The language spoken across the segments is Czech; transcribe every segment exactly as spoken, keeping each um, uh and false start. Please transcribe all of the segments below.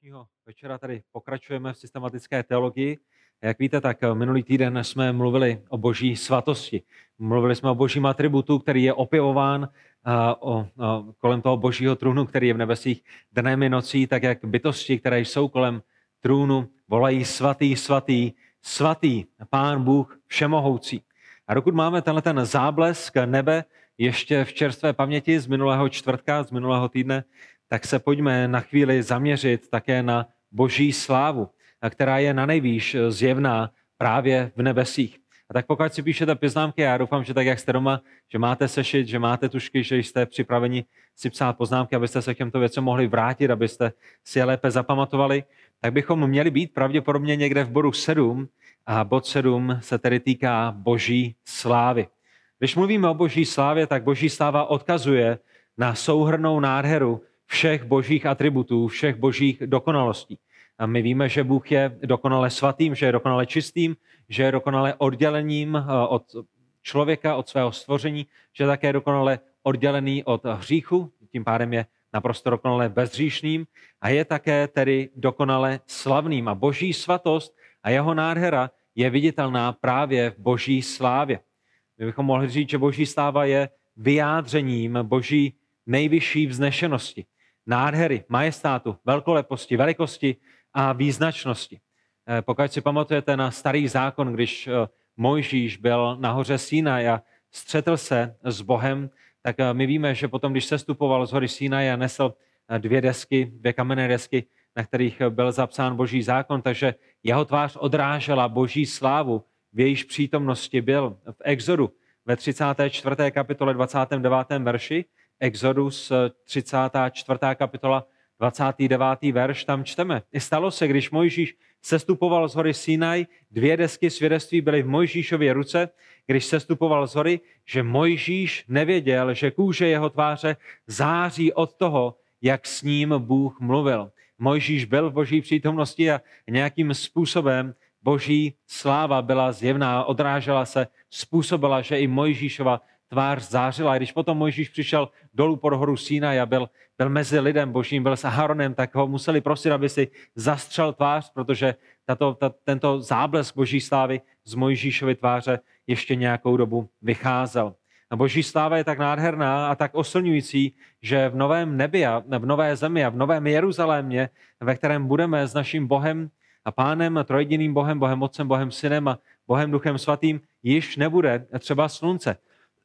Dnešního večera tady pokračujeme v systematické teologii. Jak víte, tak minulý týden jsme mluvili o boží svatosti. Mluvili jsme o božím atributu, který je opěvován o, o, kolem toho božího trůnu, který je v nebesích dnem i nocí, tak jak bytosti, které jsou kolem trůnu, volají svatý, svatý, svatý, Pán Bůh všemohoucí. A dokud máme tenhle ten záblesk nebe ještě v čerstvé paměti z minulého čtvrtka, z minulého týdne, tak se pojďme na chvíli zaměřit také na boží slávu, která je na nejvýš zjevná právě v nebesích. A tak pokud si píšete poznámky, já doufám, že tak, jak jste doma, že máte sešit, že máte tušky, že jste připraveni si psát poznámky, abyste se k těmto věcem mohli vrátit, abyste si je lépe zapamatovali, tak bychom měli být pravděpodobně někde v bodu sedm a bod sedm se tedy týká boží slávy. Když mluvíme o boží slávě, tak boží sláva odkazuje na souhrnnou nádheru všech božích atributů, všech božích dokonalostí. A my víme, že Bůh je dokonale svatým, že je dokonale čistým, že je dokonale oddělením od člověka, od svého stvoření, že je také dokonale oddělený od hříchu, tím pádem je naprosto dokonale bezhříšným a je také tedy dokonale slavným. A boží svatost a jeho nádhera je viditelná právě v boží slávě. My bychom mohli říct, že boží sláva je vyjádřením boží nejvyšší vznešenosti, nádhery, majestátu, velkoleposti, velikosti a význačnosti. Pokud si pamatujete na starý zákon, když Mojžíš byl na hoře Sinaj a střetl se s Bohem, tak my víme, že potom, když sestupoval z hory Sinaj a nesl dvě desky, dvě kamenné desky, na kterých byl zapsán boží zákon, takže jeho tvář odrážela boží slávu, v jejíž přítomnosti byl v Exodu ve třicáté čtvrté kapitole dvacátém devátém verši, Exodus třicátá čtvrtá kapitola dvacátý devátý verš, tam čteme. I stalo se, když Mojžíš sestupoval z hory Sinaj, dvě desky svědectví byly v Mojžíšově ruce, když sestupoval z hory, že Mojžíš nevěděl, že kůže jeho tváře září od toho, jak s ním Bůh mluvil. Mojžíš byl v boží přítomnosti a nějakým způsobem boží sláva byla zjevná, odrážela se, způsobila, že i Mojžíšova tvář zářila. Když potom Mojžíš přišel dolů pod horu Sinaj a byl, byl mezi lidem božím, byl s Aharonem, tak ho museli prosit, aby si zastřel tvář, protože tato, ta, tento záblesk boží slávy z Mojžíšovy tváře ještě nějakou dobu vycházel. A boží sláva je tak nádherná a tak oslňující, že v novém nebi a v nové zemi a v novém Jeruzalémě, ve kterém budeme s naším Bohem a Pánem, trojjediným Bohem, Bohem Otcem, Bohem Synem a Bohem Duchem Svatým, již nebude třeba slunce.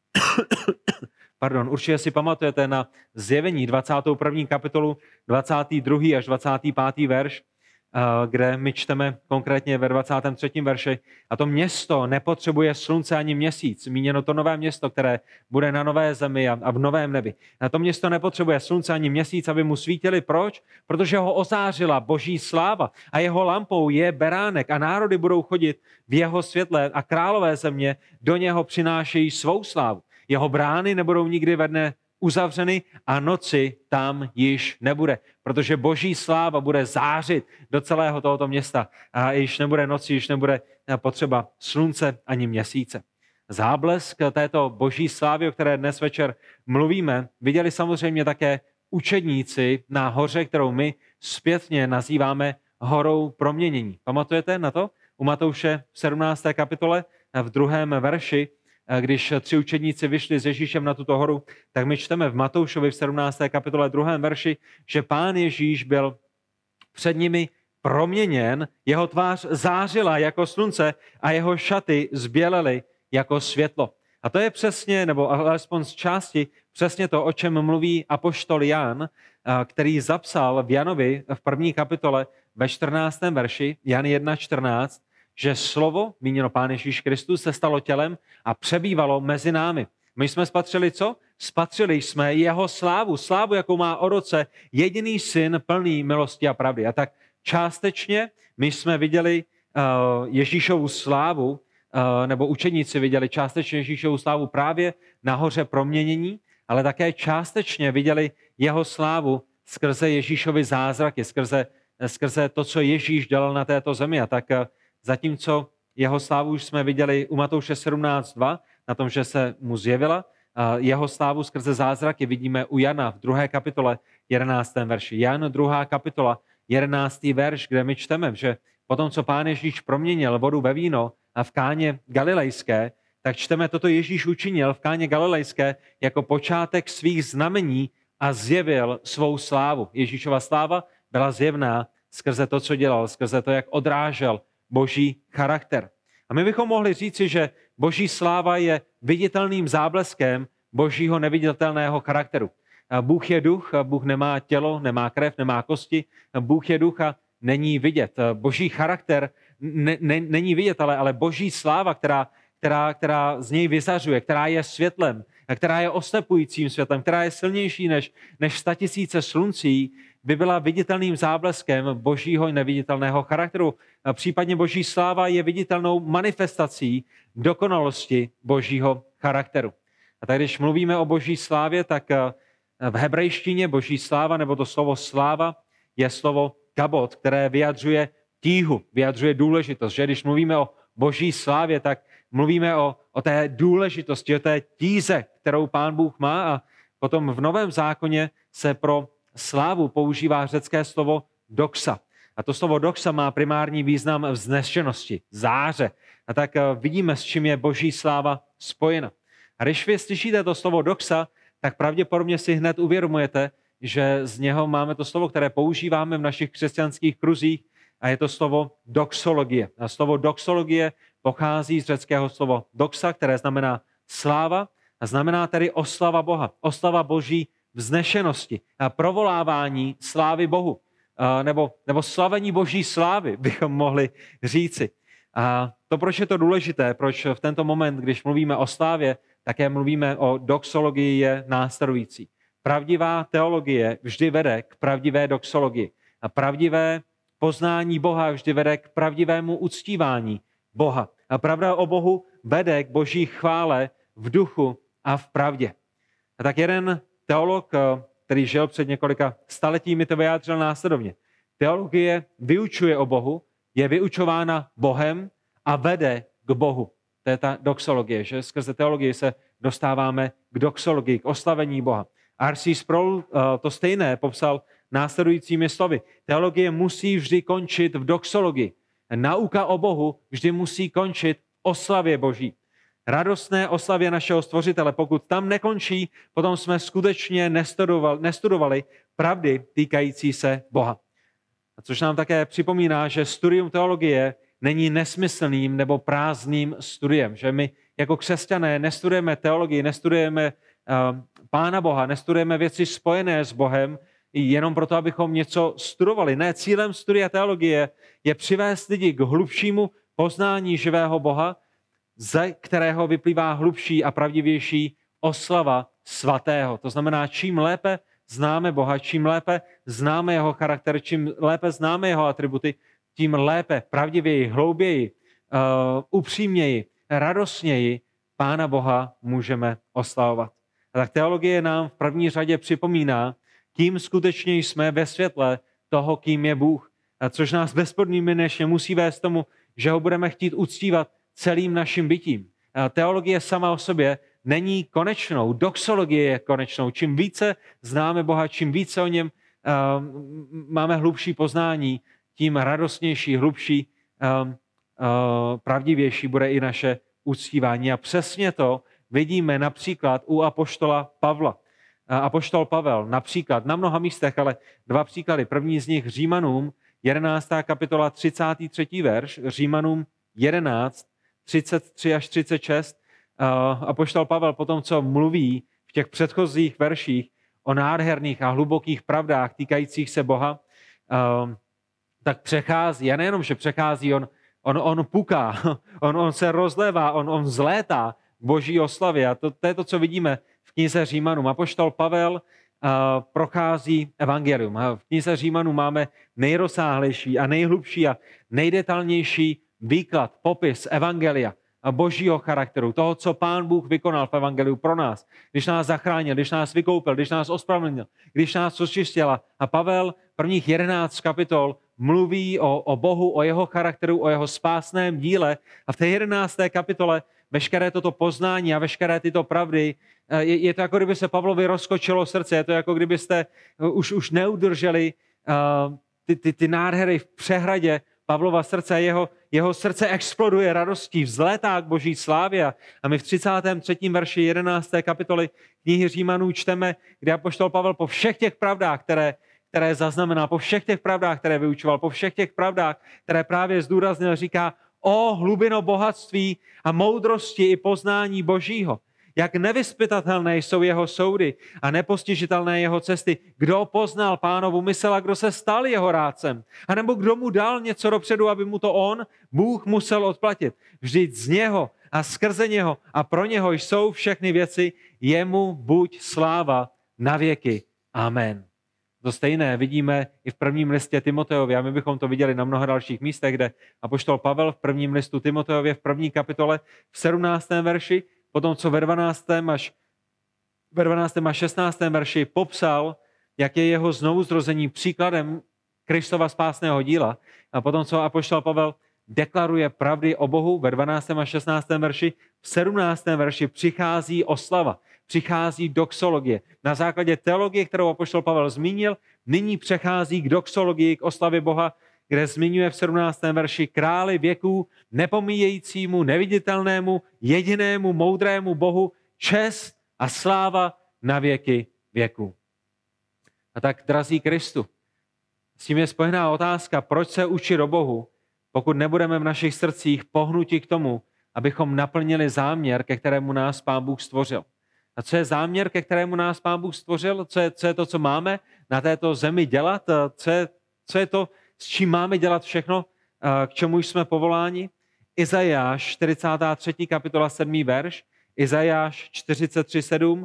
Pardon, určitě si pamatujete na Zjevení dvacátou první kapitolu, dvacátý druhý až dvacátý pátý verš, kde my čteme konkrétně ve dvacátém třetím verši. A to město nepotřebuje slunce ani měsíc. Míněno to nové město, které bude na nové zemi a v novém nebi. A to město nepotřebuje slunce ani měsíc, aby mu svítili. Proč? Protože ho ozářila boží sláva a jeho lampou je beránek a národy budou chodit v jeho světle a králové země do něho přinášejí svou slávu. Jeho brány nebudou nikdy ve dne uzavřeny a noci tam již nebude, protože boží sláva bude zářit do celého tohoto města a již nebude noci, již nebude potřeba slunce ani měsíce. Záblesk této boží slávy, o které dnes večer mluvíme, viděli samozřejmě také učedníci na hoře, kterou my zpětně nazýváme horou proměnění. Pamatujete na to? U Matouše v sedmnácté kapitole v druhém verši, když tři učedníci vyšli s Ježíšem na tuto horu, tak my čteme v Matoušovi v sedmnácté kapitole druhém verši, že Pán Ježíš byl před nimi proměněn, jeho tvář zářila jako slunce a jeho šaty zbělely jako světlo. A to je přesně, nebo alespoň z části, přesně to, o čem mluví apoštol Jan, který zapsal v Janovi v první kapitole ve čtrnáctém verši, Jan jedna čtrnáct, že slovo, míněno Pán Ježíš Kristus, se stalo tělem a přebývalo mezi námi. My jsme spatřili co? Spatřili jsme jeho slávu, slávu, jakou má od Otce jediný syn plný milosti a pravdy. A tak částečně my jsme viděli uh, Ježíšovu slávu, uh, nebo učeníci viděli částečně Ježíšovu slávu právě na hoře proměnění, ale také částečně viděli jeho slávu skrze Ježíšovy zázraky, skrze, skrze to, co Ježíš dělal na této zemi. A tak uh, zatímco jeho slávu už jsme viděli u Matouše sedmnáct dva, na tom, že se mu zjevila, jeho slávu skrze zázraky vidíme u Jana v druhé kapitole jedenáctém verši. Jan druhá kapitola jedenáctý verš, kde my čteme, že potom, co Pán Ježíš proměnil vodu ve víno a v Káně Galilejské, tak čteme, toto Ježíš učinil v Káně Galilejské jako počátek svých znamení a zjevil svou slávu. Ježíšova sláva byla zjevná skrze to, co dělal, skrze to, jak odrážel Boží charakter. A my bychom mohli říci, že Boží sláva je viditelným zábleskem Božího neviditelného charakteru. Bůh je duch, Bůh nemá tělo, nemá krev, nemá kosti, Bůh je duch a není vidět. Boží charakter ne, ne, není vidět, ale, ale Boží sláva, která, která, která z něj vyzařuje, která je světlem, která je oslepujícím světlem, která je silnější než, než statisíce sluncí, by byla viditelným zábleskem Božího neviditelného charakteru. Případně Boží sláva je viditelnou manifestací dokonalosti Božího charakteru. A tak když mluvíme o Boží slávě, tak v hebrejštině Boží sláva, nebo to slovo sláva, je slovo kabot, které vyjadřuje tíhu, vyjadřuje důležitost. Že když mluvíme o Boží slávě, tak mluvíme o, o té důležitosti, o té tíze, kterou Pán Bůh má. A potom v Novém zákoně se pro slávu používá řecké slovo doxa. A to slovo doxa má primární význam vznešenosti, záře. A tak vidíme, s čím je Boží sláva spojena. A když vy slyšíte to slovo doxa, tak pravděpodobně si hned uvědomujete, že z něho máme to slovo, které používáme v našich křesťanských kruzích, a je to slovo doxologie. A slovo doxologie pochází z řeckého slova doxa, které znamená sláva, a znamená tedy oslava Boha, oslava Boží vznešenosti a provolávání slávy Bohu, nebo, nebo slavení Boží slávy, bychom mohli říci. A to, proč je to důležité, proč v tento moment, když mluvíme o slávě, také mluvíme o doxologii, je následující. Pravdivá teologie vždy vede k pravdivé doxologii. A pravdivé poznání Boha vždy vede k pravdivému uctívání Boha. A pravda o Bohu vede k Boží chvále v duchu a v pravdě. A tak jeden teolog, který žil před několika staletími, to vyjádřil následovně. Teologie vyučuje o Bohu, je vyučována Bohem a vede k Bohu. To je ta doxologie, že skrze teologii se dostáváme k doxologii, k oslavení Boha. R C Sproul to stejné popsal následujícími slovy. Teologie musí vždy končit v doxologii. Nauka o Bohu vždy musí končit v oslavě Boží. Radostné oslavě našeho Stvořitele. Pokud tam nekončí, potom jsme skutečně nestudovali, nestudovali pravdy týkající se Boha. A což nám také připomíná, že studium teologie není nesmyslným nebo prázdným studiem. Že my jako křesťané nestudujeme teologii, nestudujeme uh, Pána Boha, nestudujeme věci spojené s Bohem jenom proto, abychom něco studovali. Ne, cílem studia teologie je přivést lidi k hlubšímu poznání živého Boha, ze kterého vyplývá hlubší a pravdivější oslava svatého. To znamená, čím lépe známe Boha, čím lépe známe jeho charakter, čím lépe známe jeho atributy, tím lépe, pravdivěji, hlouběji, uh, upřímněji, radostněji Pána Boha můžeme oslavovat. A tak teologie nám v první řadě připomíná, kým skutečně jsme ve světle toho, kým je Bůh. A což nás bezpodmínečně musí vést tomu, že ho budeme chtít uctívat celým naším bytím. A teologie sama o sobě není konečnou, doxologie je konečnou. Čím více známe Boha, čím více o něm uh, máme hlubší poznání, tím radostnější, hlubší, uh, uh, pravdivější bude i naše uctívání. A přesně to vidíme například u apoštola Pavla. Apoštol Pavel například na mnoha místech, ale dva příklady. První z nich Římanům, jedenáctá kapitola, třicátý třetí verš, Římanům jedenáct, třicet tři až třicet šest. Apoštol Pavel potom, co mluví v těch předchozích verších o nádherných a hlubokých pravdách týkajících se Boha, tak přechází, a nejenom, že přechází, on, on, on puká, on, on se rozlévá, on, on zlétá Boží oslavě. A to, to je to, co vidíme v knize Římanům. Apoštol Pavel uh, prochází evangelium. A v knize Římanům máme nejrozsáhlejší a nejhlubší a nejdetailnější výklad, popis evangelia a Božího charakteru, toho, co Pán Bůh vykonal v evangeliu pro nás, když nás zachránil, když nás vykoupil, když nás ospravedlnil, když nás očistil. A Pavel prvních jedenáct kapitol mluví o, o Bohu, o jeho charakteru, o jeho spásném díle. A v té jedenácté kapitole veškeré toto poznání a veškeré tyto pravdy, je, je to jako kdyby se Pavlovi rozkočilo srdce, je to jako kdybyste už, už neudrželi uh, ty, ty, ty nádhery v přehradě Pavlova srdce, jeho, jeho srdce exploduje radostí, vzlétá k boží slávě. A my v třicátém třetím verši jedenácté kapitoly knihy Římanů čteme, kde apoštol Pavel po všech těch pravdách, které, které zaznamenal, po všech těch pravdách, které vyučoval, po všech těch pravdách, které právě zdůraznil, říká: o hlubino bohatství a moudrosti i poznání božího. Jak nevyzpytatelné jsou jeho soudy a nepostižitelné jeho cesty. Kdo poznal Pánovu mysl a kdo se stal jeho rádcem? A nebo kdo mu dal něco dopředu, aby mu to on, Bůh, musel odplatit? Vždyť z něho a skrze něho a pro něho jsou všechny věci, jemu buď sláva na věky. Amen. To stejné vidíme i v prvním listě Timotejovi a my bychom to viděli na mnoha dalších místech, kde apoštol Pavel v prvním listu Timotejově v první kapitole v sedmnáctém verši, potom co ve dvanáctém až, ve dvanáctém až šestnáctém verši popsal, jak je jeho znovuzrození příkladem Kristova spásného díla, a potom co apoštol Pavel deklaruje pravdy o Bohu ve dvanáctém a šestnáctém verši, v sedmnáctém verši přichází oslava, přichází doxologie. Na základě teologie, kterou apoštol Pavel zmínil, nyní přechází k doxologii, k oslavě Boha, kde zmiňuje v sedmnáctém verši: králi věků, nepomíjejícímu, neviditelnému, jedinému, moudrému Bohu, čest a sláva na věky věků. A tak, drazí Kristu, s tím je spojená otázka, proč se učit o Bohu, pokud nebudeme v našich srdcích pohnuti k tomu, abychom naplnili záměr, ke kterému nás Pán Bůh stvořil. A co je záměr, ke kterému nás Pán Bůh stvořil? Co je, co je to, co máme na této zemi dělat? Co je, co je to, s čím máme dělat všechno, k čemu jsme povoláni? Izajáš čtyřicátá třetí kapitola sedmý verš, Izajáš čtyřicet tři sedm,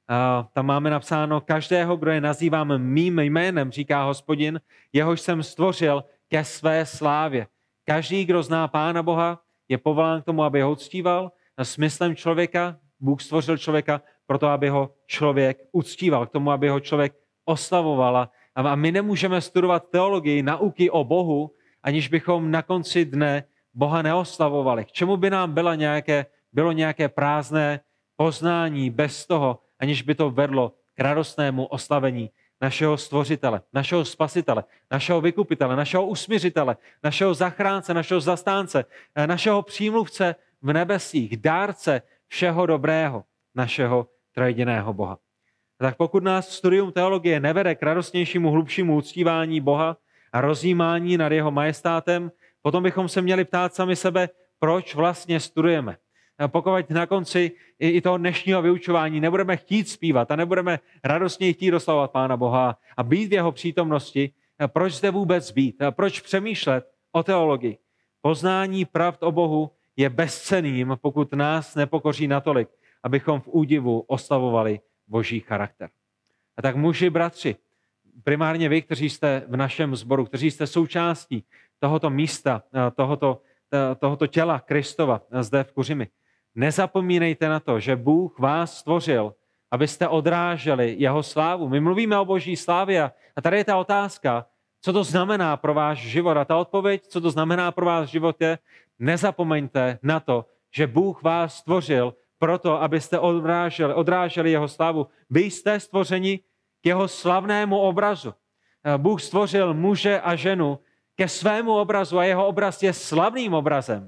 tam máme napsáno: každého, kdo je nazývám mým jménem, říká Hospodin, jehož jsem stvořil ke své slávě. Každý, kdo zná Pána Boha, je povolán k tomu, aby ho uctíval. A smyslem člověka, Bůh stvořil člověka proto, aby ho člověk uctíval, k tomu, aby ho člověk oslavoval. A my nemůžeme studovat teologii, nauky o Bohu, aniž bychom na konci dne Boha neoslavovali. K čemu by nám bylo nějaké, bylo nějaké prázdné poznání bez toho, aniž by to vedlo k radostnému oslavení našeho stvořitele, našeho spasitele, našeho vykupitele, našeho usmířitele, našeho zachránce, našeho zastánce, našeho přímluvce v nebesích, dárce všeho dobrého, našeho trojjediného Boha. Tak pokud nás studium teologie nevede k radostnějšímu, hlubšímu uctívání Boha a rozjímání nad jeho majestátem, potom bychom se měli ptát sami sebe, proč vlastně studujeme. Pokud na konci i toho dnešního vyučování nebudeme chtít zpívat a nebudeme radostně chtít oslavovat Pána Boha a být v jeho přítomnosti, proč zde vůbec být? Proč přemýšlet o teologii? Poznání pravd o Bohu je bezcenným, pokud nás nepokoří natolik, abychom v údivu oslavovali Boží charakter. A tak muži, bratři, primárně vy, kteří jste v našem sboru, kteří jste součástí tohoto místa, tohoto, tohoto těla Kristova zde v Kuřimi, nezapomínejte na to, že Bůh vás stvořil, abyste odráželi jeho slávu. My mluvíme o Boží slávě a tady je ta otázka, co to znamená pro váš život. A ta odpověď, co to znamená pro váš život, je: nezapomeňte na to, že Bůh vás stvořil proto, abyste odráželi, odráželi jeho slávu. Vy jste stvořeni k jeho slavnému obrazu. Bůh stvořil muže a ženu ke svému obrazu a jeho obraz je slavným obrazem.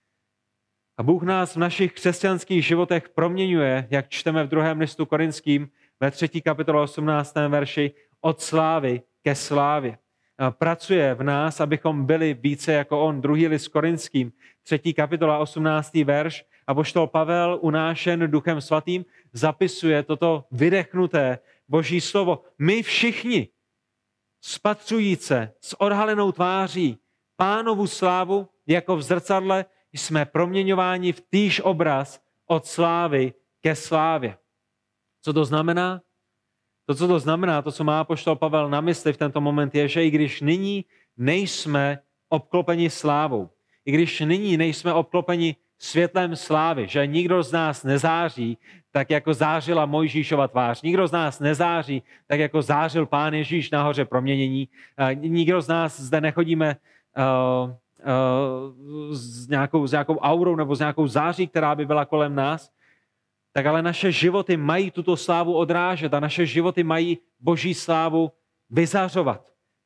A Bůh nás v našich křesťanských životech proměňuje, jak čteme v druhém listu Korinským ve třetí kapitole osmnáctém verši, od slávy ke slávě. Pracuje v nás, abychom byli více jako on. Druhý list Korinským, třetí kapitola osmnáctý verš, apoštol Pavel, unášen Duchem svatým, zapisuje toto vydechnuté Boží slovo. My všichni, spatřujíce s odhalenou tváří Pánovu slávu jako v zrcadle, jsme proměňováni v týž obraz od slávy ke slávě. Co to znamená? To, co to znamená, to, co má apoštol Pavel na mysli v tento moment, je, že i když nyní nejsme obklopeni slávou, i když nyní nejsme obklopeni světlem slávy, že nikdo z nás nezáří tak, jako zářila Mojžíšova tvář, nikdo z nás nezáří tak, jako zářil Pán Ježíš nahoře proměnění, nikdo z nás zde nechodíme uh, uh, s, nějakou, s nějakou aurou nebo s nějakou září, která by byla kolem nás, tak ale naše životy mají tuto slávu odrážet a naše životy mají Boží slávu vyzařovat.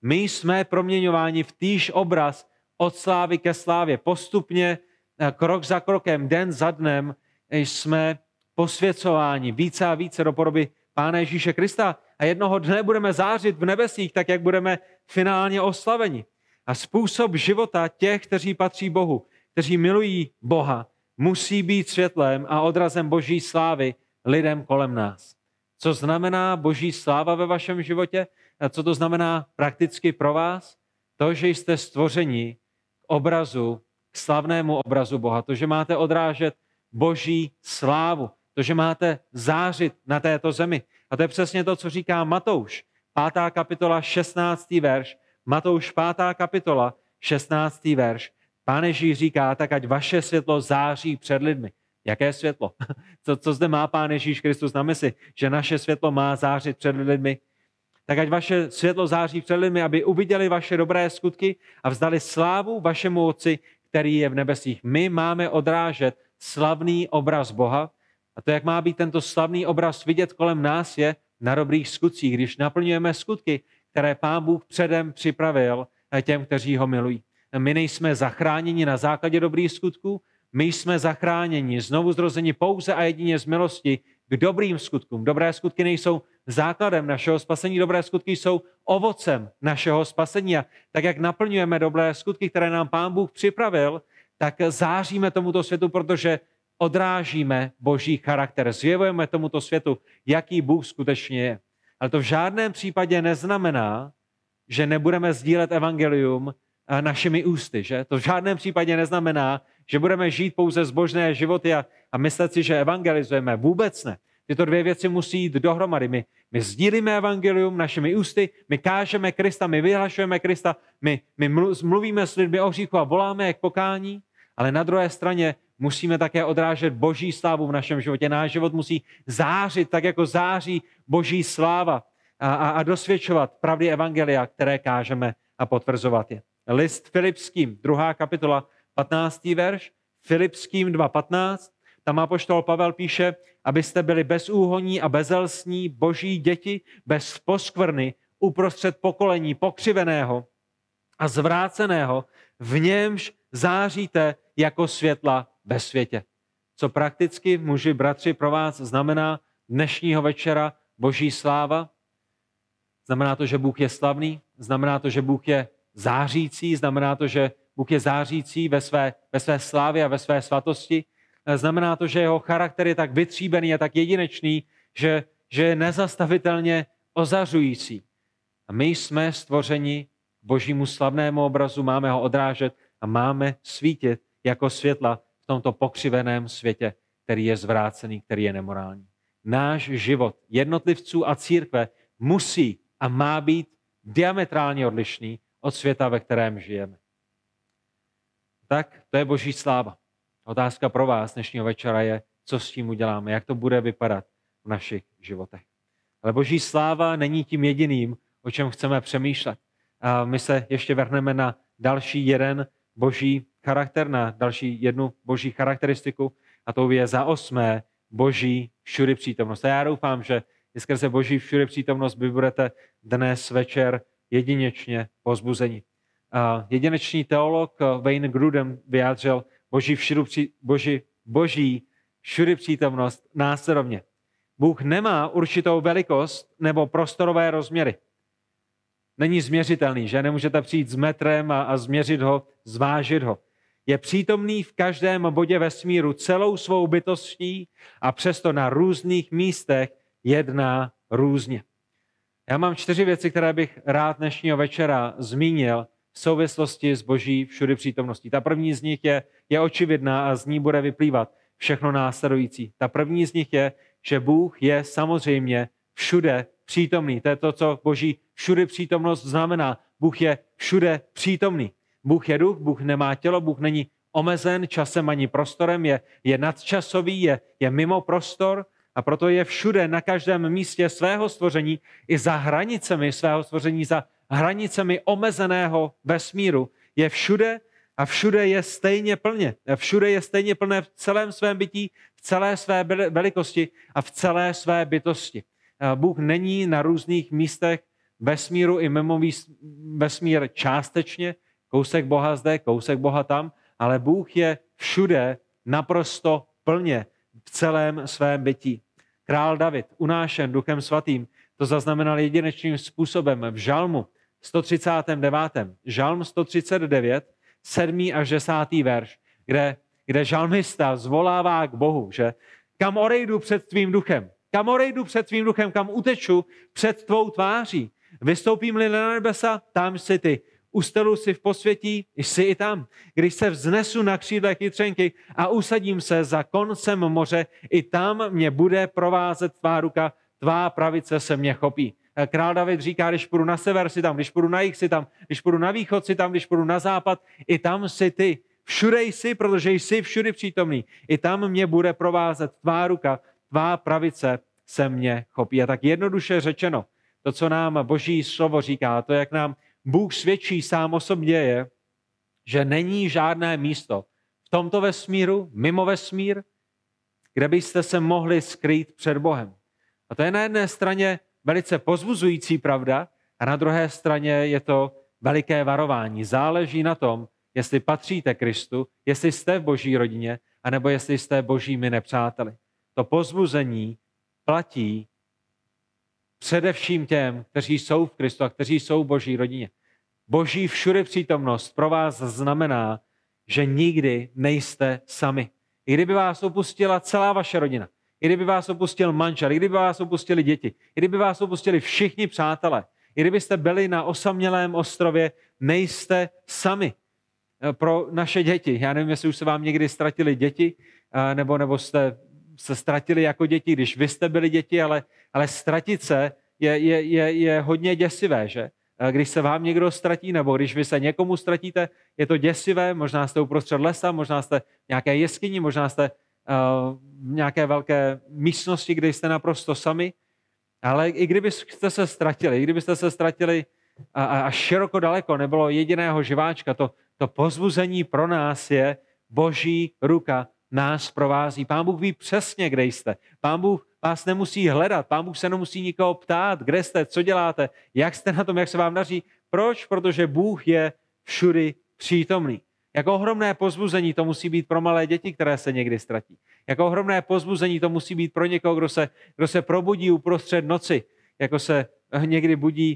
My jsme proměňováni v týž obraz od slávy ke slávě. Postupně, krok za krokem, den za dnem jsme posvěcováni více a více do podoby Pána Ježíše Krista a jednoho dne budeme zářit v nebesích, tak jak budeme finálně oslaveni. A způsob života těch, kteří patří Bohu, kteří milují Boha, musí být světlem a odrazem Boží slávy lidem kolem nás. Co znamená Boží sláva ve vašem životě? A co to znamená prakticky pro vás? To, že jste stvořeni k obrazu, k slavnému obrazu Boha. To, že máte odrážet Boží slávu. To, že máte zářit na této zemi. A to je přesně to, co říká Matouš. Pátá kapitola, šestnáctý verš. Matouš, pátá kapitola, šestnáctý verš. Pán Ježíš říká, tak ať vaše světlo září před lidmi. Jaké světlo? Co, co zde má Pán Ježíš Kristus na mysli? Že naše světlo má zářit před lidmi. Tak ať vaše světlo září před lidmi, aby uviděli vaše dobré skutky a vzdali slávu vašemu Otci, který je v nebesích. My máme odrážet slavný obraz Boha. A to, jak má být tento slavný obraz vidět kolem nás, je na dobrých skutcích, když naplňujeme skutky, které Pán Bůh předem připravil těm, kteří ho milují. My nejsme zachráněni na základě dobrých skutků, my jsme zachráněni, znovu zrozeni pouze a jedině z milosti k dobrým skutkům. Dobré skutky nejsou základem našeho spasení, dobré skutky jsou ovocem našeho spasení. A tak, jak naplňujeme dobré skutky, které nám Pán Bůh připravil, tak záříme tomuto světu, protože odrážíme Boží charakter, zjevujeme tomuto světu, jaký Bůh skutečně je. Ale to v žádném případě neznamená, že nebudeme sdílet evangelium našimi ústy, že? To v žádném případě neznamená, že budeme žít pouze zbožné životy a, a myslet si, že evangelizujeme. Vůbec ne. Tyto dvě věci musí jít dohromady. My, my sdílíme evangelium našimi ústy, my kážeme Krista, my vyhlašujeme Krista, my, my mluvíme s lidmi o hříchu a voláme je k pokání, ale na druhé straně musíme také odrážet Boží slávu v našem životě. Náš život musí zářit, tak jako září Boží sláva a, a, a dosvědčovat pravdy evangelia, které kážeme a potvrzovat je. List Filipským, druhá kapitola, patnáctý verš, Filipským dva patnáct, tam apoštol Pavel píše, abyste byli bezúhonní a bezelstní Boží děti, bez poskvrny, uprostřed pokolení pokřiveného a zvráceného, v němž záříte jako světla ve světě. Co prakticky, muži, bratři, pro vás znamená dnešního večera Boží sláva? Znamená to, že Bůh je slavný? Znamená to, že Bůh je zářící? Znamená to, že Bůh je zářící ve své, ve své slávě a ve své svatosti? Znamená to, že jeho charakter je tak vytříbený a tak jedinečný, že, že je nezastavitelně ozařující. A my jsme stvořeni k Božímu slavnému obrazu, máme ho odrážet a máme svítit jako světla v tomto pokřiveném světě, který je zvrácený, který je nemorální. Náš život jednotlivců a církve musí a má být diametrálně odlišný od světa, ve kterém žijeme. Tak to je Boží sláva. Otázka pro vás dnešního večera je, co s tím uděláme, jak to bude vypadat v našich životech. Ale Boží sláva není tím jediným, o čem chceme přemýšlet. A my se ještě vrhneme na další jeden Boží charakter, na další jednu Boží charakteristiku, a to je za osmé Boží všudy přítomnost. A já doufám, že skrze Boží všudy přítomnost vy budete dnes večer jedinečně povzbuzeni. A jedinečný teolog Wayne Grudem vyjádřil Boží, všudu, boží, boží všudy přítomnost následovně. Bůh nemá určitou velikost nebo prostorové rozměry. Není změřitelný, že nemůžete přijít s metrem a, a změřit ho, zvážit ho. Je přítomný v každém bodě vesmíru celou svou bytostí a přesto na různých místech jedná různě. Já mám čtyři věci, které bych rád dnešního večera zmínil v souvislosti s Boží všudy přítomností. Ta první z nich je, je očividná a z ní bude vyplývat všechno následující. Ta první z nich je, že Bůh je samozřejmě všude přítomný. To je to, co Boží všudy přítomnost znamená. Bůh je všude přítomný. Bůh je duch, Bůh nemá tělo, Bůh není omezen časem ani prostorem, je, je nadčasový, je, je mimo prostor a proto je všude na každém místě svého stvoření i za hranicemi svého stvoření, za hranicemi omezeného vesmíru. Je všude a všude je stejně plně. Všude je stejně plné v celém svém bytí, v celé své velikosti a v celé své bytosti. Bůh není na různých místech vesmíru i mimo vesmír částečně, kousek Boha zde, kousek Boha tam, ale Bůh je všude naprosto plně v celém svém bytí. Král David, unášen Duchem svatým, to zaznamenal jedinečným způsobem v Žalmu sto třicátém devátém Žalm sto třicet devět, sedmý až desátý verš, kde, kde žalmista zvolává k Bohu, že kam odejdu před tvým duchem, kam odejdu před tvým duchem, kam uteču před tvou tváří. Vystoupím-li na nebesa, tam jsi ty. Ustelu si v posvětí, jsi i tam. Když se vznesu na křídlech chytřenky a usadím se za koncem moře, i tam mě bude provázet tvá ruka, tvá pravice se mě chopí. Král David říká, když půjdu na sever, si tam, když půjdu na jih, si tam, když půjdu na východ, si tam, když půjdu na západ, i tam jsi ty. Všude jsi, protože jsi všudy přítomný. I tam mě bude provázet tvá ruka, tvá pravice se mě chopí. A tak jednoduše řečeno, to, co nám Boží slovo říká, to, jak nám Bůh svědčí sám o sobě, je, že není žádné místo v tomto vesmíru, mimo vesmír, kde byste se mohli skrýt před Bohem. A to je na jedné straně velice pozbuzující pravda a na druhé straně je to veliké varování. Záleží na tom, jestli patříte Kristu, jestli jste v Boží rodině, anebo jestli jste božími nepřáteli. To pozbuzení platí především těm, kteří jsou v Kristu a kteří jsou v Boží rodině. Boží všude přítomnost pro vás znamená, že nikdy nejste sami. I kdyby vás opustila celá vaše rodina, i kdyby vás opustil manžel, i kdyby vás opustili děti, i kdyby vás opustili všichni přátelé, i kdybyste byli na osamělém ostrově, nejste sami. Pro naše děti, já nevím, jestli už se vám někdy ztratili děti, nebo, nebo jste se ztratili jako děti, když vy jste byli děti, ale, ale ztratit se je, je, je, je hodně děsivé, že? Když se vám někdo ztratí, nebo když vy se někomu ztratíte, je to děsivé, možná jste uprostřed lesa, možná jste v nějaké jeskyni, možná jste uh, v nějaké velké místnosti, kde jste naprosto sami, ale i kdybyste se ztratili, i kdybyste se ztratili a, a široko daleko, nebylo jediného živáčka, to, to pozbuzení pro nás je Boží ruka nás provází. Pán Bůh ví přesně, kde jste. Pán Bůh vás nemusí hledat. Pán Bůh se nemusí nikoho ptát, kde jste, co děláte, jak jste na tom, jak se vám daří. Proč? Protože Bůh je všudy přítomný. Jako ohromné pozbuzení to musí být pro malé děti, které se někdy ztratí. Jako ohromné pozbuzení to musí být pro někoho, kdo se, kdo se probudí uprostřed noci, jako se někdy budí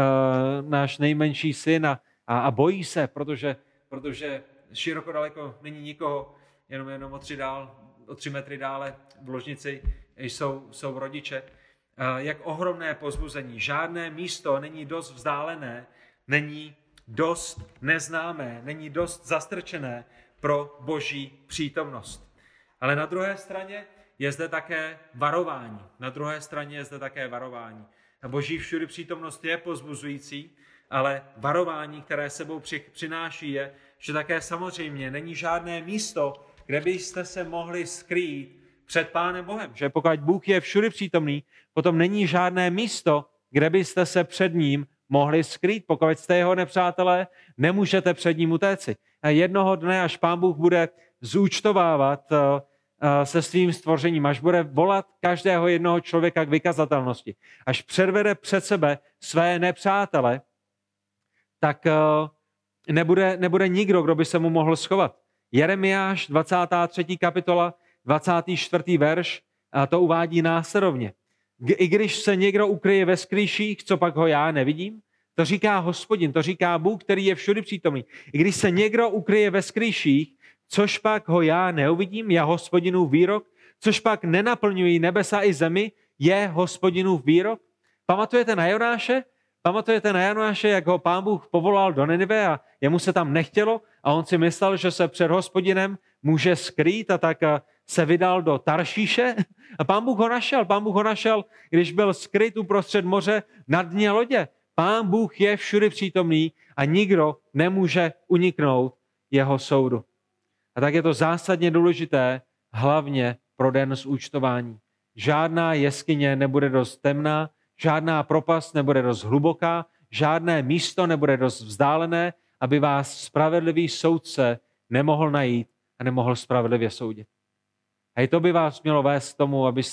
uh, náš nejmenší syn a, a, a bojí se, protože, protože široko daleko není nikoho, jenom, jenom o, tři dál, o tři metry dále v ložnici jsou, jsou rodiče. Jak ohromné pozbuzení. Žádné místo není dost vzdálené, není dost neznámé, není dost zastrčené pro Boží přítomnost. Ale na druhé straně je zde také varování. Na druhé straně je zde také varování. A Boží všudy přítomnost je pozbuzující, ale varování, které sebou přináší, je, že také samozřejmě není žádné místo, kde byste se mohli skrýt před Pánem Bohem. Že pokud Bůh je všude přítomný, potom není žádné místo, kde byste se před ním mohli skrýt. Pokud jste jeho nepřátelé, nemůžete před ním utéci. A jednoho dne, až Pán Bůh bude zúčtovávat se svým stvořením, až bude volat každého jednoho člověka k vykazatelnosti, až předvede před sebe své nepřátele, tak nebude, nebude nikdo, kdo by se mu mohl schovat. Jeremiáš, dvacátá třetí kapitola, dvacátý čtvrtý verš, a to uvádí následovně. I když se někdo ukryje ve skrýších, co pak ho já nevidím? To říká Hospodin, to říká Bůh, který je všudy přítomný. I když se někdo ukryje ve skrýších, což pak ho já neuvidím, je Hospodinův výrok, což pak nenaplňují nebesa i zemi, je Hospodinův výrok. Pamatujete na Jonáše? Pamatujete na Jonáše, jak ho Pán Bůh povolal do Ninive a jemu se tam nechtělo a on si myslel, že se před Hospodinem může skrýt a tak se vydal do Taršíše a Pán Bůh ho našel. Pán Bůh ho našel, když byl skryt uprostřed moře na dně lodě. Pán Bůh je všude přítomný a nikdo nemůže uniknout jeho soudu. A tak je to zásadně důležité, hlavně pro den zúčtování. Žádná jeskyně nebude dost temná, žádná propast nebude dost hluboká, žádné místo nebude dost vzdálené, aby vás spravedlivý soudce nemohl najít a nemohl spravedlivě soudit. A i to by vás mělo vést k tomu, abyste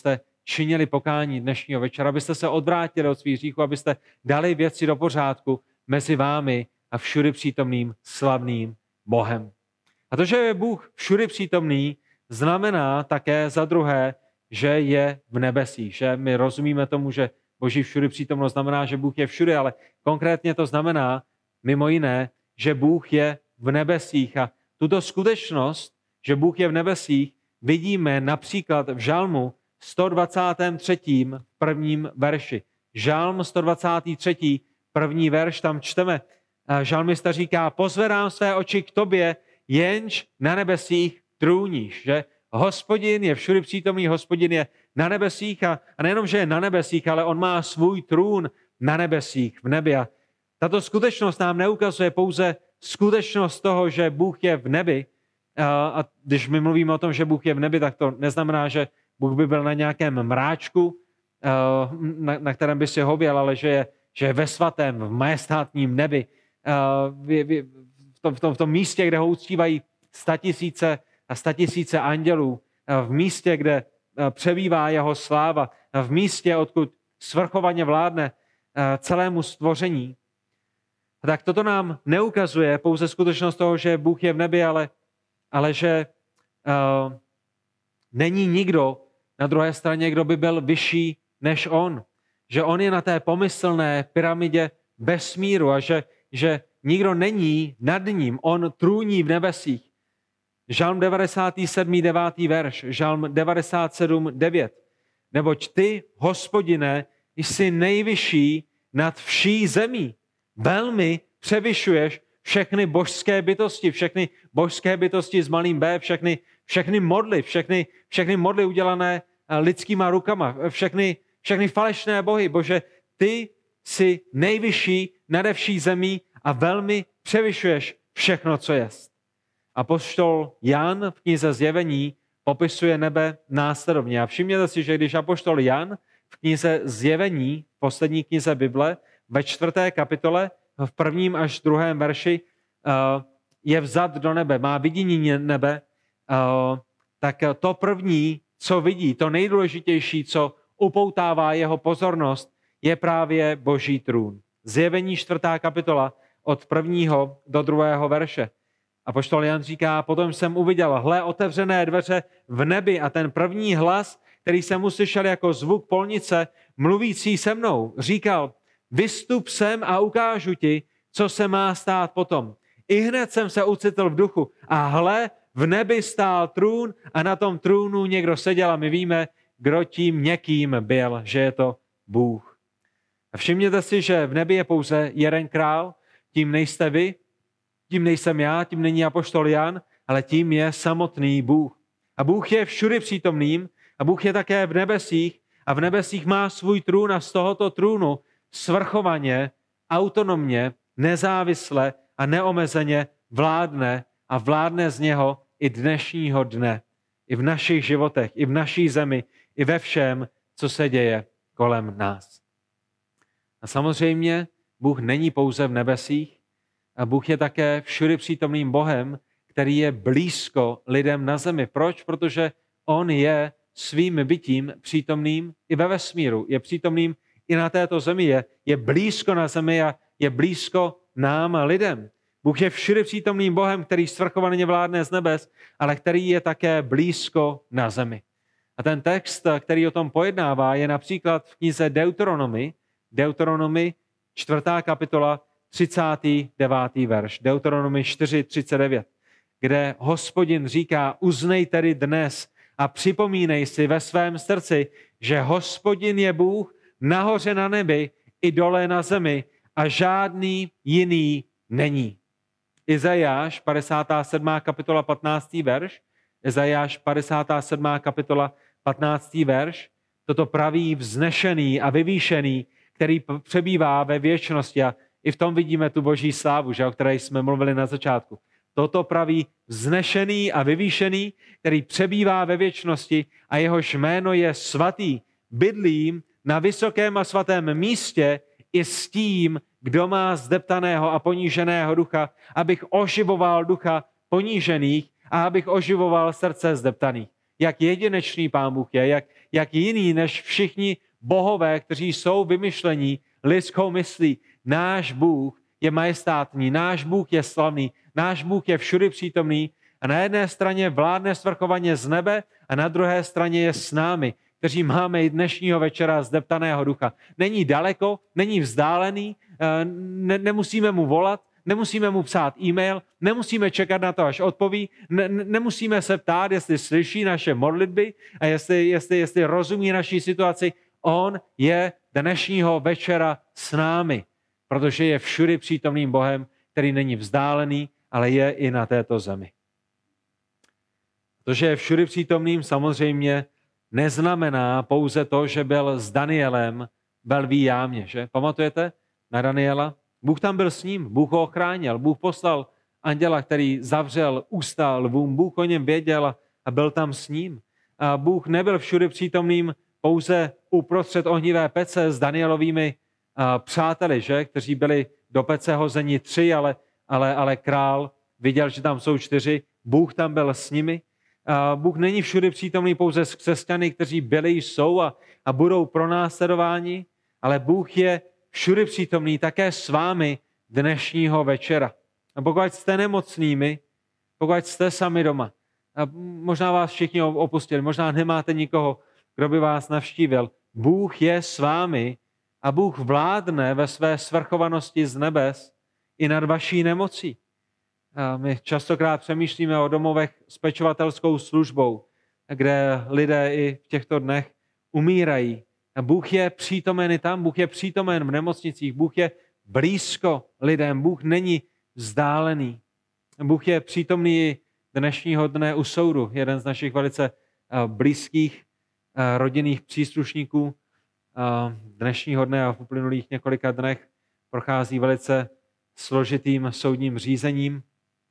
činili pokání dnešního večera, abyste se odvrátili od svých hříchů, abyste dali věci do pořádku mezi vámi a všudy přítomným slavným Bohem. A to, že je Bůh všudy přítomný, znamená také za druhé, že je v nebesích. Že my rozumíme tomu, že Boží všudy přítomnost znamená, že Bůh je všude, ale konkrétně to znamená mimo jiné, že Bůh je v nebesích. A tuto skutečnost, že Bůh je v nebesích, vidíme například v Žalmu sto dvacátém třetím prvním verši. Žalm sto dvacátý třetí první verš, tam čteme, žalmista říká, pozvedám své oči k tobě, jenž na nebesích trůníš, že Hospodin je všudy přítomný, Hospodin je na nebesích a, a nejenom, že je na nebesích, ale on má svůj trůn na nebesích, v nebi. A tato skutečnost nám neukazuje pouze skutečnost toho, že Bůh je v nebi. A, a když my mluvíme o tom, že Bůh je v nebi, tak to neznamená, že Bůh by byl na nějakém mráčku, na, na kterém by si hověl, ale že je, že je ve svatém, v majestátním nebi. V, v, v, tom, v, tom, v tom místě, kde ho uctívají statisíce a statisíce andělů, v místě, kde přebývá jeho sláva, v místě, odkud svrchovaně vládne celému stvoření. Tak toto nám neukazuje pouze skutečnost toho, že Bůh je v nebi, ale, ale že uh, není nikdo na druhé straně, kdo by byl vyšší než on. Že on je na té pomyslné pyramidě vesmíru a že, že nikdo není nad ním. On trůní v nebesích. Žalm devadesátý sedmý devátý verš, Žalm devadesát sedm devět. Neboť ty, Hospodine, jsi nejvyšší nad vší zemí. Velmi převyšuješ všechny božské bytosti, všechny božské bytosti s malým B, všechny, všechny modly, všechny, všechny modly udělané lidskýma rukama, všechny, všechny falešné bohy. Bože, ty jsi nejvyšší nade vší zemí a velmi převyšuješ všechno, co jest. Apoštol Jan v knize Zjevení popisuje nebe následovně. A všimněte si, že když apoštol Jan v knize Zjevení, v poslední knize Bible, ve čtvrté kapitole, v prvním až druhém verši, je vzat do nebe, má vidění nebe, tak to první, co vidí, to nejdůležitější, co upoutává jeho pozornost, je právě Boží trůn. Zjevení čtvrtá kapitola od prvního do druhého verše. Apoštol Jan říká, potom jsem uviděl, hle, otevřené dveře v nebi a ten první hlas, který jsem uslyšel jako zvuk polnice, mluvící se mnou, říkal, vystup sem a ukážu ti, co se má stát potom. I hned jsem se ucitl v duchu a hle, v nebi stál trůn a na tom trůnu někdo seděl a my víme, kdo tím někým byl, že je to Bůh. A všimněte si, že v nebi je pouze jeden král, tím nejste vy, tím nejsem já, tím není apoštol Jan, ale tím je samotný Bůh. A Bůh je všudy přítomným a Bůh je také v nebesích a v nebesích má svůj trůn a z tohoto trůnu svrchovaně, autonomně, nezávisle a neomezeně vládne a vládne z něho i dnešního dne, i v našich životech, i v naší zemi, i ve všem, co se děje kolem nás. A samozřejmě Bůh není pouze v nebesích, a Bůh je také všudy přítomným Bohem, který je blízko lidem na zemi. Proč? Protože on je svým bytím přítomným i ve vesmíru. Je přítomným i na této zemi. Je, je blízko na zemi a je blízko nám lidem. Bůh je všudy přítomným Bohem, který svrchovaně vládne z nebes, ale který je také blízko na zemi. A ten text, který o tom pojednává, je například v knize Deuteronomy, Deuteronomy čtvrtá kapitola, třicátý devátý verš, Deuteronomy čtyři třicet devět, kde Hospodin říká, uznej tedy dnes a připomínej si ve svém srdci, že Hospodin je Bůh nahoře na nebi i dole na zemi a žádný jiný není. Izajáš padesátá sedmá kapitola patnáctý verš, Izajáš padesátá sedmá kapitola patnáctý verš, toto praví vznešený a vyvýšený, který přebývá ve věčnosti a i v tom vidíme tu boží slávu, že, o které jsme mluvili na začátku. Toto praví vznešený a vyvýšený, který přebývá ve věčnosti a jehož jméno je svatý, bydlím na vysokém a svatém místě i s tím, kdo má zdeptaného a poníženého ducha, abych oživoval ducha ponížených a abych oživoval srdce zdeptaných. Jak jedinečný Pán Bůh je, jak, jak jiný než všichni bohové, kteří jsou vymyšlení lidskou myslí. Náš Bůh je majestátní, náš Bůh je slavný, náš Bůh je všudy přítomný a na jedné straně vládne svrchovaně z nebe a na druhé straně je s námi, kteří máme i dnešního večera zdeptaného ducha. Není daleko, není vzdálený, ne, nemusíme mu volat, nemusíme mu psát e-mail, nemusíme čekat na to, až odpoví, ne, nemusíme se ptát, jestli slyší naše modlitby a jestli, jestli, jestli rozumí naší situaci. On je dnešního večera s námi, protože je všudy přítomným Bohem, který není vzdálený, ale je i na této zemi. Protože je všudy přítomným samozřejmě neznamená pouze to, že byl s Danielem ve lví jámě, že? Pamatujete na Daniela? Bůh tam byl s ním, Bůh ho ochránil, Bůh poslal anděla, který zavřel ústa lvům, Bůh o něm věděl a byl tam s ním. A Bůh nebyl všudy přítomným pouze uprostřed ohnivé pece s Danielovými přáteli, že? Kteří byli do pece hozeni tři, ale, ale, ale král viděl, že tam jsou čtyři. Bůh tam byl s nimi. A Bůh není všudy přítomný pouze s křesťany, kteří byli, jsou a, a budou pronásledováni, ale Bůh je všudy přítomný také s vámi dnešního večera. A pokud jste nemocnými, pokud jste sami doma, a možná vás všichni opustili, možná nemáte nikoho, kdo by vás navštívil, Bůh je s vámi a Bůh vládne ve své svrchovanosti z nebes i nad vaší nemocí. A my častokrát přemýšlíme o domovech s pečovatelskou službou, kde lidé i v těchto dnech umírají. A Bůh je přítomen i tam, Bůh je přítomen v nemocnicích, Bůh je blízko lidem, Bůh není vzdálený. Bůh je přítomný i dnešního dne u soudu. Jeden z našich velice blízkých rodinných příslušníků dnešního dne a v uplynulých několika dnech prochází velice složitým soudním řízením.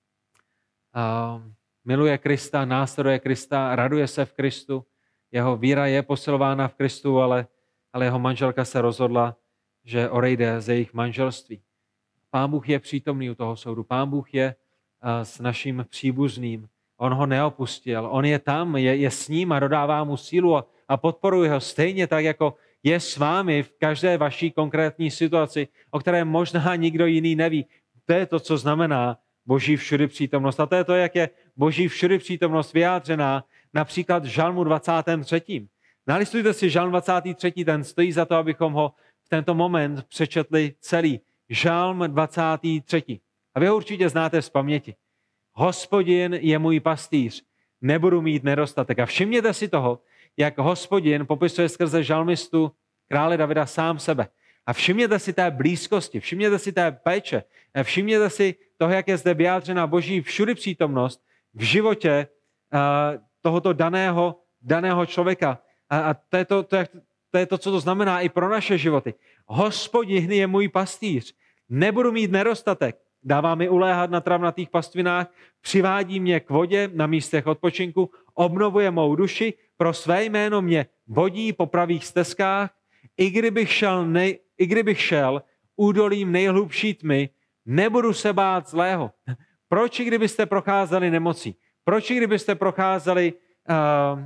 Miluje Krista, následuje Krista, raduje se v Kristu. Jeho víra je posilována v Kristu, ale, ale jeho manželka se rozhodla, že odejde ze jejich manželství. Pán Bůh je přítomný u toho soudu. Pán Bůh je s naším příbuzným. On ho neopustil. On je tam, je, je s ním a dodává mu sílu a, a podporuje ho stejně tak, jako je s vámi v každé vaší konkrétní situaci, o které možná nikdo jiný neví. To je to, co znamená Boží všudy přítomnost. A to je to, jak je Boží všudy přítomnost vyjádřená například v Žalmu dvacátém třetím Nalistujte si Žalm dvacátý třetí ten stojí za to, abychom ho v tento moment přečetli celý. Žalm dvacátý třetí A vy ho určitě znáte z paměti. Hospodin je můj pastýř, nebudu mít nedostatek. A všimněte si toho, jak Hospodin popisuje skrze žalmistu krále Davida sám sebe. A všimněte si té blízkosti, všimněte si té péče, všimněte si toho, jak je zde vyjádřena Boží všudy přítomnost v životě uh, tohoto daného, daného člověka. A, a to, je to, to, je, to je to, co to znamená i pro naše životy. Hospodin je můj pastýř, nebudu mít nedostatek. Dává mi uléhat na travnatých pastvinách, přivádí mě k vodě na místech odpočinku, obnovuje mou duši, pro své jméno mě vodí po pravých stezkách, i kdybych šel, nej, i kdybych šel údolím nejhlubší tmy, nebudu se bát zlého. Proč, kdybyste procházeli nemocí? Proč, kdybyste procházeli uh,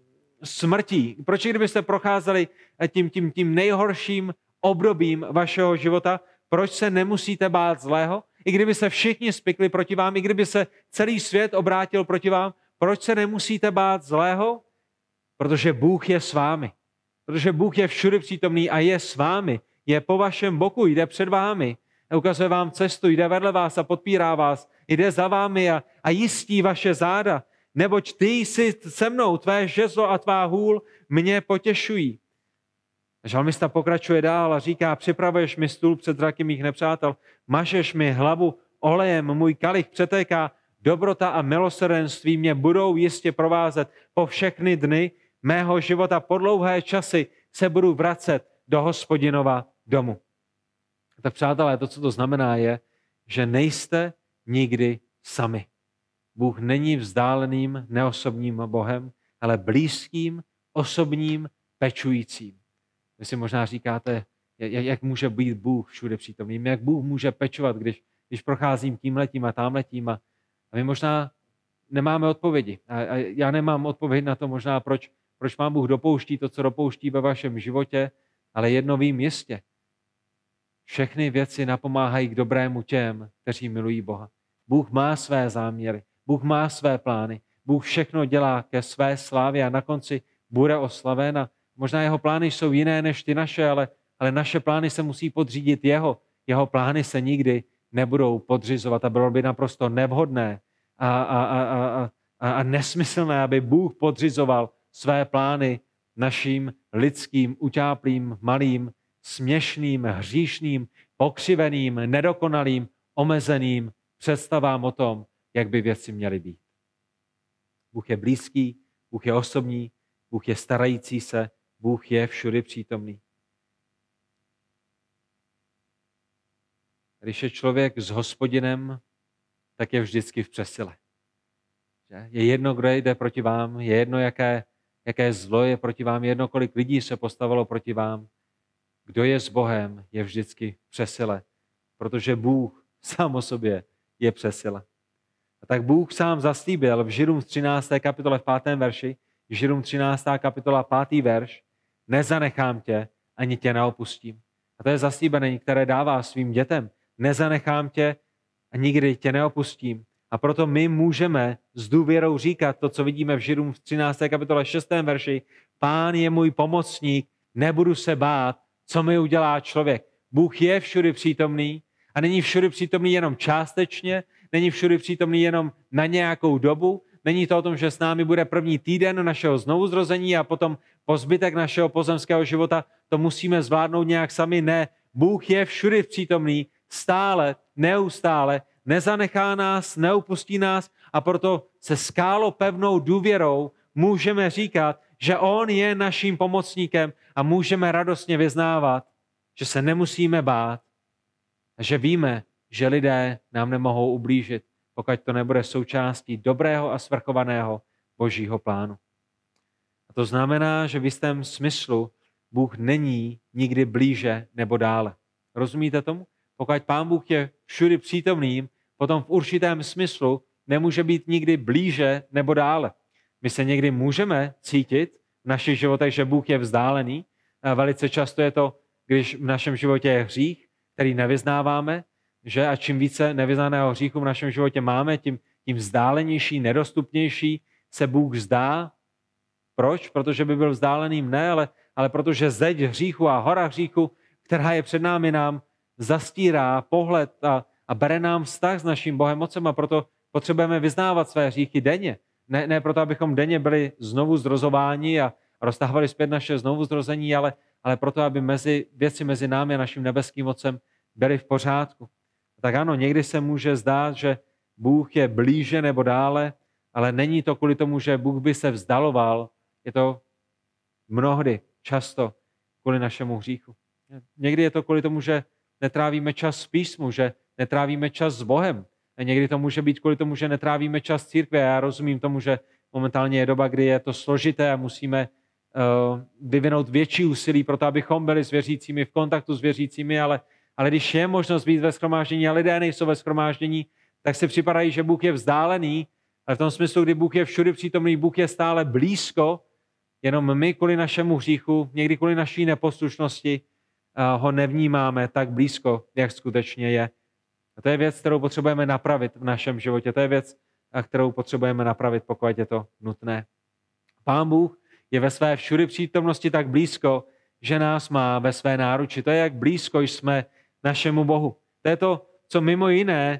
smrtí? Proč, kdybyste procházeli tím, tím, tím nejhorším obdobím vašeho života? Proč se nemusíte bát zlého? I kdyby se všichni spikli proti vám, i kdyby se celý svět obrátil proti vám, proč se nemusíte bát zlého? Protože Bůh je s vámi. Protože Bůh je všude přítomný a je s vámi. Je po vašem boku, jde před vámi. Ukazuje vám cestu, jde vedle vás a podpírá vás. Jde za vámi a, a jistí vaše záda. Neboť ty jsi se mnou, tvé žezlo a tvá hůl mě potěšují. Žalmista pokračuje dál a říká, připravuješ mi stůl před zraky mých nepřátel, mažeš mi hlavu olejem, můj kalich přetéká, dobrota a milosrdenství mě budou jistě provázet po všechny dny mého života, po dlouhé časy se budu vracet do Hospodinova domu. Tak přátelé, to, co to znamená, je, že nejste nikdy sami. Bůh není vzdáleným, neosobním Bohem, ale blízkým, osobním, pečujícím. Vy si možná říkáte, jak může být Bůh všude přítomný, jak Bůh může pečovat, když, když procházím tímhletím a támhletím. A my možná nemáme odpovědi. A já nemám odpověď na to možná, proč, proč Pán Bůh dopouští to, co dopouští ve vašem životě, ale jedno vím jistě. Všechny věci napomáhají k dobrému těm, kteří milují Boha. Bůh má své záměry, Bůh má své plány, Bůh všechno dělá ke své slávě a na konci bude oslaven a možná jeho plány jsou jiné než ty naše, ale, ale naše plány se musí podřídit jeho. Jeho plány se nikdy nebudou podřizovat a bylo by naprosto nevhodné a, a, a, a, a, a nesmyslné, aby Bůh podřizoval své plány našim lidským, utáplým, malým, směšným, hříšným, pokřiveným, nedokonalým, omezeným představám o tom, jak by věci měly být. Bůh je blízký, Bůh je osobní, Bůh je starající se, Bůh je všudy přítomný. Když je člověk s Hospodinem, tak je vždycky v přesile. Je jedno, kdo jde proti vám, je jedno, jaké, jaké zlo je proti vám, je jedno, kolik lidí se postavilo proti vám. Kdo je s Bohem, je vždycky v přesile, protože Bůh sám o sobě je přesile. A tak Bůh sám zaslíbil v Židům třinácté kapitole v pátém verši, Židům třináctá kapitola pátý verš, nezanechám tě, ani tě neopustím. A to je zaslíbení, které dává svým dětem. Nezanechám tě a nikdy tě neopustím. A proto my můžeme s důvěrou říkat to, co vidíme v Židům v třinácté kapitole šestém verši. Pán je můj pomocník, nebudu se bát, co mi udělá člověk. Bůh je všudy přítomný a není všudy přítomný jenom částečně, není všudy přítomný jenom na nějakou dobu. Není to o tom, že s námi bude první týden našeho znovuzrození a potom po zbytek našeho pozemského života to musíme zvládnout nějak sami. Ne, Bůh je všudy přítomný, stále, neustále, nezanechá nás, neupustí nás a proto se skálopevnou důvěrou můžeme říkat, že on je naším pomocníkem a můžeme radostně vyznávat, že se nemusíme bát a že víme, že lidé nám nemohou ublížit, pokud to nebude součástí dobrého a svrchovaného Božího plánu. A to znamená, že v jistém smyslu Bůh není nikdy blíže nebo dále. Rozumíte tomu? Pokud Pán Bůh je všudy přítomným, potom v určitém smyslu nemůže být nikdy blíže nebo dále. My se někdy můžeme cítit v našich životech, že Bůh je vzdálený. A velice často je to, když v našem životě je hřích, který nevyznáváme, že a čím více nevyznaného hříchu v našem životě máme, tím, tím vzdálenější, nedostupnější se Bůh vzdá. Proč? Protože by byl vzdáleným? Ne, ale, ale protože zeď hříchu a hora hříchu, která je před námi, nám zastírá pohled a, a bere nám vztah s naším Bohem mocem a proto potřebujeme vyznávat své hříchy denně. Ne, ne proto, abychom denně byli znovu zrozováni a roztahovali zpět naše znovu zrození, ale, ale proto, aby mezi, věci mezi námi a naším nebeským Otcem byly v pořádku. Tak ano, někdy se může zdát, že Bůh je blíže nebo dále, ale není to kvůli tomu, že Bůh by se vzdaloval. Je to mnohdy, často kvůli našemu hříchu. Někdy je to kvůli tomu, že netrávíme čas v písmu, že netrávíme čas s Bohem. A někdy to může být kvůli tomu, že netrávíme čas v církvi. Já rozumím tomu, že momentálně je doba, kdy je to složité a musíme uh, vyvinout větší úsilí pro to, abychom byli s věřícími, v kontaktu s věřícími, ale, ale když je možnost být ve shromáždění a lidé nejsou ve shromáždění, tak si připadají, že Bůh je vzdálený, ale v tom smyslu, kdy Bůh je všudy přítomný, Bůh je stále blízko, jenom my kvůli našemu hříchu, někdy kvůli naší neposlušnosti uh, ho nevnímáme tak blízko, jak skutečně je. A to je věc, kterou potřebujeme napravit v našem životě. To je věc, kterou potřebujeme napravit, pokud je to nutné. Pán Bůh je ve své všudy přítomnosti tak blízko, že nás má ve své náruči. To je, jak blízko jsme našemu Bohu. To je to, co mimo jiné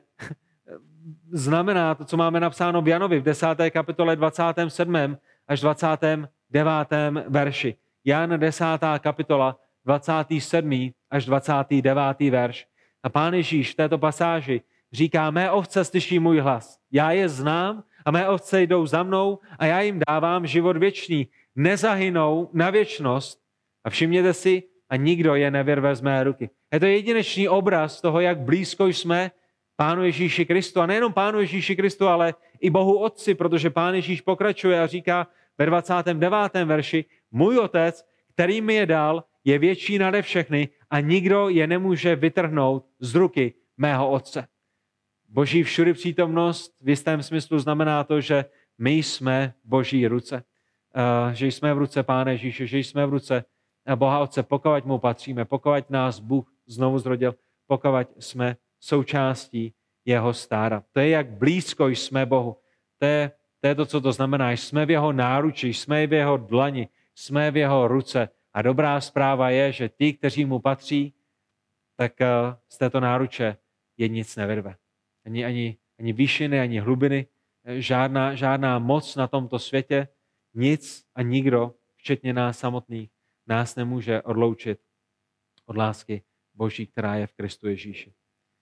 znamená to, co máme napsáno v Janovi v desáté kapitole dvacátém sedmém až dvacátém devátém verši. Jan desátá kapitola dvacátý sedmý až dvacátý devátý verš. A Pán Ježíš v této pasáži říká, mé ovce slyší můj hlas. Já je znám a mé ovce jdou za mnou a já jim dávám život věčný. Nezahynou na věčnost. A všimněte si, a nikdo je nevyrve z mé ruky. Je to jedinečný obraz toho, jak blízko jsme Pánu Ježíši Kristu. A nejenom Pánu Ježíši Kristu, ale i Bohu Otci, protože Pán Ježíš pokračuje a říká ve dvacátém devátém verši, můj Otec, který mi je dal, je větší nade všechny a nikdo je nemůže vytrhnout z ruky mého Otce. Boží všudy přítomnost v jistém smyslu znamená to, že my jsme Boží ruce. že jsme v ruce Pána Ježíše, že jsme v ruce Boha Otce, pokud mu patříme, pokud nás Bůh znovu zrodil, pokud jsme součástí jeho stáda. To je, jak blízko jsme Bohu. To je, to je to, co to znamená. Jsme v jeho náruči, jsme v jeho dlani, jsme v jeho ruce. A dobrá zpráva je, že ti, kteří mu patří, tak z této náruče je nic nevyrve. Ani, ani, ani výšiny, ani hlubiny, žádná, žádná moc na tomto světě, nic a nikdo, včetně nás samotných, nás nemůže odloučit od lásky Boží, která je v Kristu Ježíši.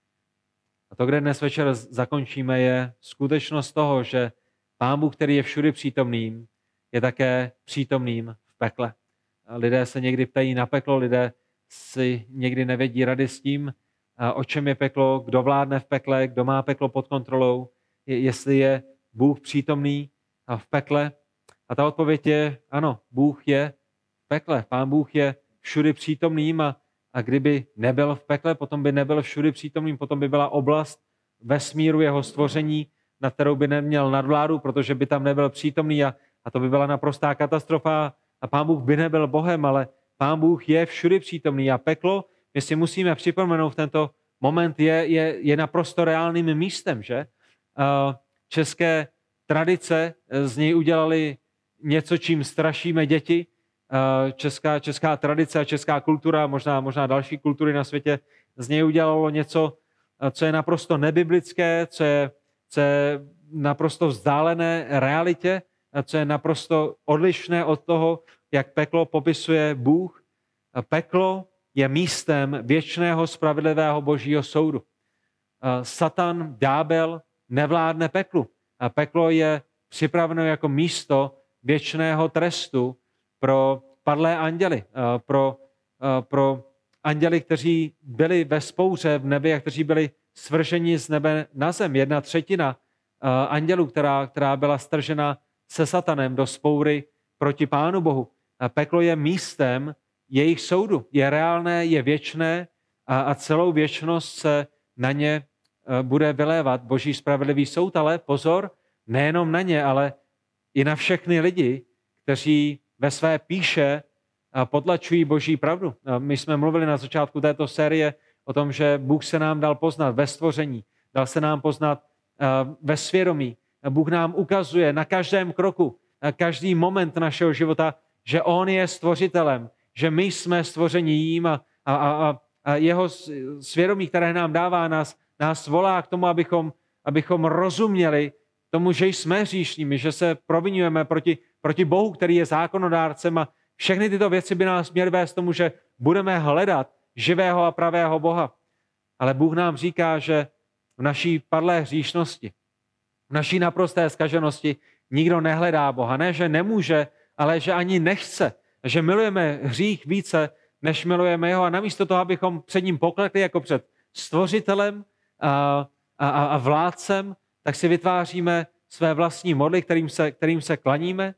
A to, kde dnes večer zakončíme, je skutečnost toho, že Pán Bůh, který je všudy přítomným, je také přítomným v pekle. Lidé se někdy ptají na peklo, lidé si někdy nevědí rady s tím, o čem je peklo, kdo vládne v pekle, kdo má peklo pod kontrolou, jestli je Bůh přítomný v pekle. A ta odpověď je, ano, Bůh je v pekle. Pán Bůh je všudy přítomným a, a kdyby nebyl v pekle, potom by nebyl všudy přítomným, potom by byla oblast vesmíru jeho stvoření, na kterou by neměl nadvládu, protože by tam nebyl přítomný a, a to by byla naprostá katastrofa a Pán Bůh by nebyl Bohem, ale Pán Bůh je všudy přítomný a peklo, my si musíme připomenout v tento moment, je, je, je naprosto reálným místem, že? České tradice z něj udělali něco, čím strašíme děti. Česká, česká tradice a česká kultura, možná, možná další kultury na světě, z něj udělalo něco, co je naprosto nebiblické, co je, co je naprosto vzdálené realitě, co je naprosto odlišné od toho, jak peklo popisuje Bůh. Peklo je místem věčného spravedlivého Božího soudu. Satan, ďábel, nevládne peklu. A peklo je připraveno jako místo věčného trestu pro padlé anděly, pro, pro anděly, kteří byli ve spouře v nebi a kteří byli svrženi z nebe na zem. Jedna třetina andělů, která, která byla stržena se satanem do spoury proti Pánu Bohu. A peklo je místem jejich soudu. Je reálné, je věčné a, a celou věčnost se na ně bude vylévat Boží spravedlivý soud, ale pozor, nejenom na ně, ale i na všechny lidi, kteří ve své píše potlačují Boží pravdu. My jsme mluvili na začátku této série o tom, že Bůh se nám dal poznat ve stvoření, dal se nám poznat ve svědomí. Bůh nám ukazuje na každém kroku, na každý moment našeho života, že On je stvořitelem, že my jsme stvoření jím a, a, a, a jeho svědomí, které nám dává, nás, nás volá k tomu, abychom, abychom rozuměli tomu, že jsme hříšnými, že se provinujeme proti, proti Bohu, který je zákonodárcem a všechny tyto věci by nás měly vést tomu, že budeme hledat živého a pravého Boha. Ale Bůh nám říká, že v naší padlé hříšnosti, v naší naprosté zkaženosti nikdo nehledá Boha. Ne, že nemůže, ale že ani nechce. Že milujeme hřích více, než milujeme jeho a namísto toho, abychom před ním poklekli jako před stvořitelem a, a, a vládcem, tak si vytváříme své vlastní modly, kterým se, kterým se klaníme.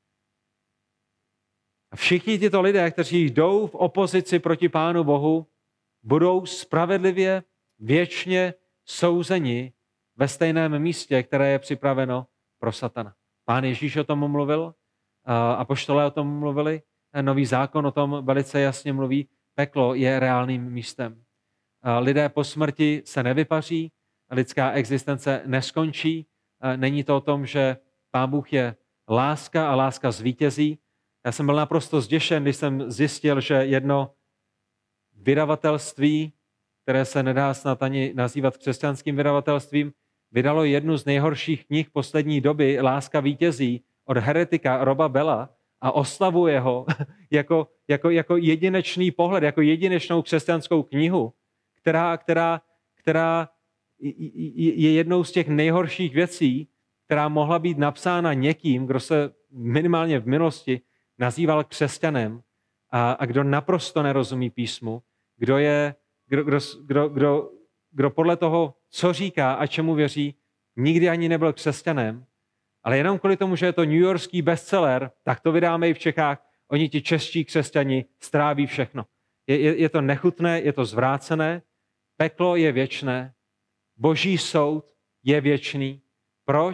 A všichni tyto lidé, kteří jdou v opozici proti Pánu Bohu, budou spravedlivě, věčně souzeni ve stejném místě, které je připraveno pro satana. Pán Ježíš o tom mluvil, apoštolé o tom mluvili, Nový zákon o tom velice jasně mluví, peklo je reálným místem. Lidé po smrti se nevypaří, lidská existence neskončí. Není to o tom, že Pán Bůh je láska a láska zvítězí. Já jsem byl naprosto zděšen, když jsem zjistil, že jedno vydavatelství, které se nedá snad ani nazývat křesťanským vydavatelstvím, vydalo jednu z nejhorších knih poslední doby, Láska vítězí, od heretika Roba Bella a oslavuje ho jako, jako, jako jedinečný pohled, jako jedinečnou křesťanskou knihu, která, která, která je jednou z těch nejhorších věcí, která mohla být napsána někým, kdo se minimálně v minulosti nazýval křesťanem a, a kdo naprosto nerozumí písmu, kdo, je, kdo, kdo, kdo, kdo, kdo podle toho, co říká a čemu věří, nikdy ani nebyl křesťanem, ale jenom kvůli tomu, že je to newyorský bestseller, tak to vydáme i v Čechách, oni ti čeští křesťani stráví všechno. Je, je, je to nechutné, je to zvrácené, peklo je věčné, Boží soud je věčný. Proč?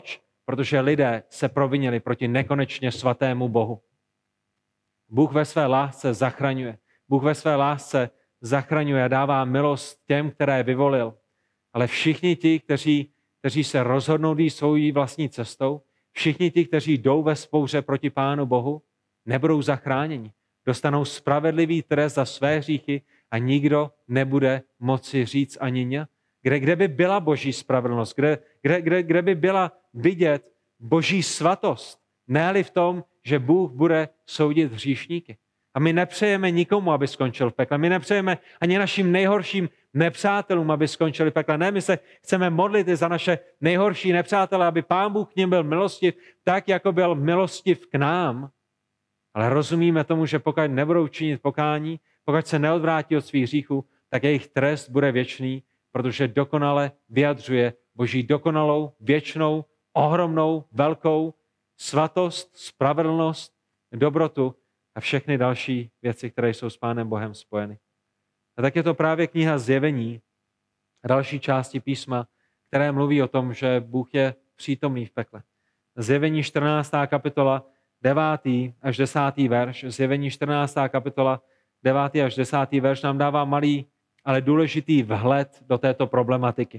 protože lidé se provinili proti nekonečně svatému Bohu. Bůh ve své lásce zachraňuje. Bůh ve své lásce zachraňuje a dává milost těm, které vyvolil. Ale všichni ti, kteří, kteří se rozhodnou jít svou vlastní cestou, všichni ti, kteří jdou ve spouře proti Pánu Bohu, nebudou zachráněni. Dostanou spravedlivý trest za své hříchy a nikdo nebude moci říct ani ně. Kde, kde by byla boží spravedlnost? Kde, kde, kde, kde by byla vidět boží svatost? Ne-li v tom, že Bůh bude soudit hříšníky. A my nepřejeme nikomu, aby skončil v pekle. My nepřejeme ani našim nejhorším nepřátelům, aby skončili v pekle. Ne, my se chceme modlit i za naše nejhorší nepřátele, aby Pán Bůh k nim byl milostiv, tak, jako byl milostiv k nám. Ale rozumíme tomu, že pokud nebudou činit pokání, pokud se neodvrátí od svých hříchů, tak jejich trest bude věčný, protože dokonale vyjadřuje boží dokonalou, věčnou, ohromnou, velkou svatost, spravedlnost, dobrotu a všechny další věci, které jsou s Pánem Bohem spojeny. A tak je to právě kniha Zjevení, další části písma, které mluví o tom, že Bůh je přítomný v pekle. Zjevení čtrnáctá kapitola, devátý až desátý verš. Zjevení čtrnáctá kapitola, devátý až desátý verš nám dává malý, ale důležitý vhled do této problematiky.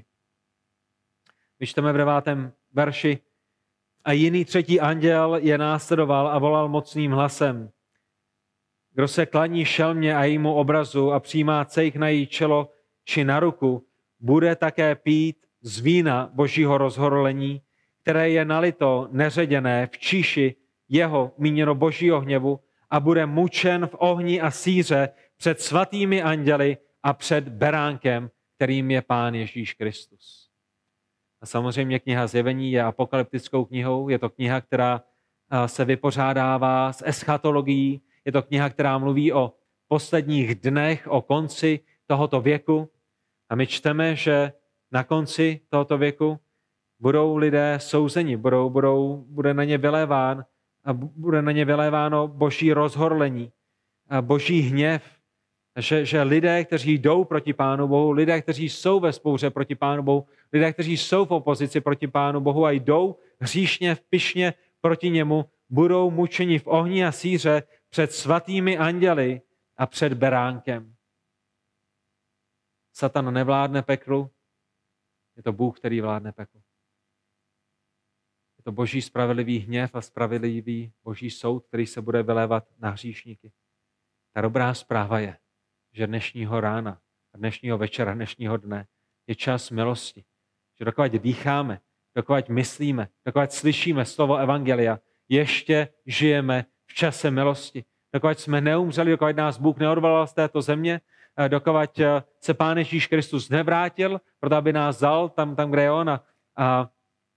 Vyčteme v devátém verši. A jiný třetí anděl je následoval a volal mocným hlasem. Kdo se klaní šelmě a jejímu obrazu a přijímá cejch na její čelo či na ruku, bude také pít z vína božího rozhorlení, které je nalito neředěné v číši jeho míněno božího hněvu a bude mučen v ohni a síře před svatými anděli a před beránkem, kterým je Pán Ježíš Kristus. A samozřejmě kniha Zjevení je apokalyptickou knihou, je to kniha, která se vypořádává s eschatologií, je to kniha, která mluví o posledních dnech, o konci tohoto věku. A my čteme, že na konci tohoto věku budou lidé souzeni, budou, budou, bude na ně vyléván, a bude na ně vyléváno boží rozhorlení, a boží hněv, že, že lidé, kteří jdou proti Pánu Bohu, lidé, kteří jsou ve spouře proti Pánu Bohu, lidé, kteří jsou v opozici proti Pánu Bohu a jdou hříšně, pyšně proti němu, budou mučeni v ohni a síře před svatými anděli a před beránkem. Satan nevládne peklu, je to Bůh, který vládne peklu. Je to boží spravedlivý hněv a spravedlivý boží soud, který se bude vylévat na hříšníky. Ta dobrá zpráva je, že dnešního rána, dnešního večera, dnešního dne je čas milosti. Že dokud dýcháme, dokud myslíme, dokud slyšíme slovo evangelia, ještě žijeme v čase milosti. Dokud jsme neumřeli, dokud nás Bůh neodvolal z této země, dokud se Pán Ježíš Kristus nevrátil, proto aby nás vzal tam, tam kde je on a, a,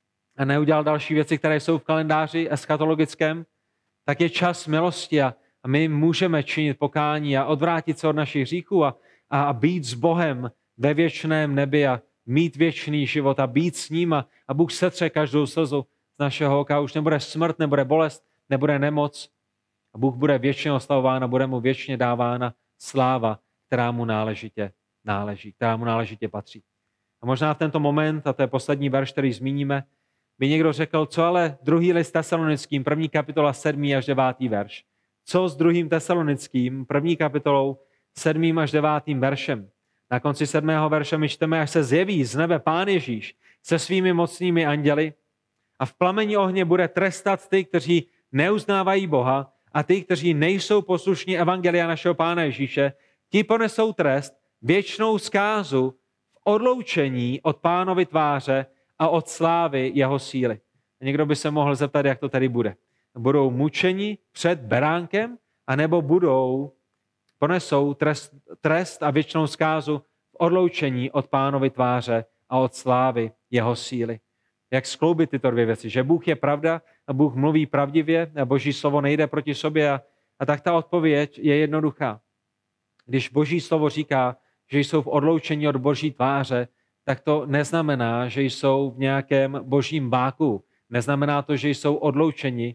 a neudělal další věci, které jsou v kalendáři eschatologickém, tak je čas milosti a, a my můžeme činit pokání a odvrátit se od našich hříchů a, a, a být s Bohem ve věčném nebi a mít věčný život a být s ním a, a Bůh setře každou slzu z našeho oka. Už nebude smrt, nebude bolest, nebude nemoc. A Bůh bude věčně oslavován a bude mu věčně dávána sláva, která mu náležitě náleží, která mu náležitě patří. A možná v tento moment, a to je poslední verš, který zmíníme, by někdo řekl, co ale druhý list Tesalonickým, první kapitola, sedmý až devátý verš. Co s druhým Tesalonickým, první kapitolou, sedmým až devátým veršem. Na konci sedmého verše my čteme, až se zjeví z nebe Pán Ježíš se svými mocnými anděli a v plameni ohně bude trestat ty, kteří neuznávají Boha a ty, kteří nejsou poslušní evangelia našeho Pána Ježíše, ti ponesou trest, věčnou zkázu v odloučení od Pánovy tváře a od slávy jeho síly. A někdo by se mohl zeptat, jak to tady bude. Budou mučeni před beránkem, anebo budou, ponesou trest, trest a věčnou zkázu v odloučení od Pánovy tváře a od slávy jeho síly. Jak skloubit tyto dvě věci? Že Bůh je pravda a Bůh mluví pravdivě a Boží slovo nejde proti sobě a, a tak ta odpověď je jednoduchá. Když Boží slovo říká, že jsou v odloučení od Boží tváře, tak to neznamená, že jsou v nějakém božím váku. Neznamená to, že jsou odloučeni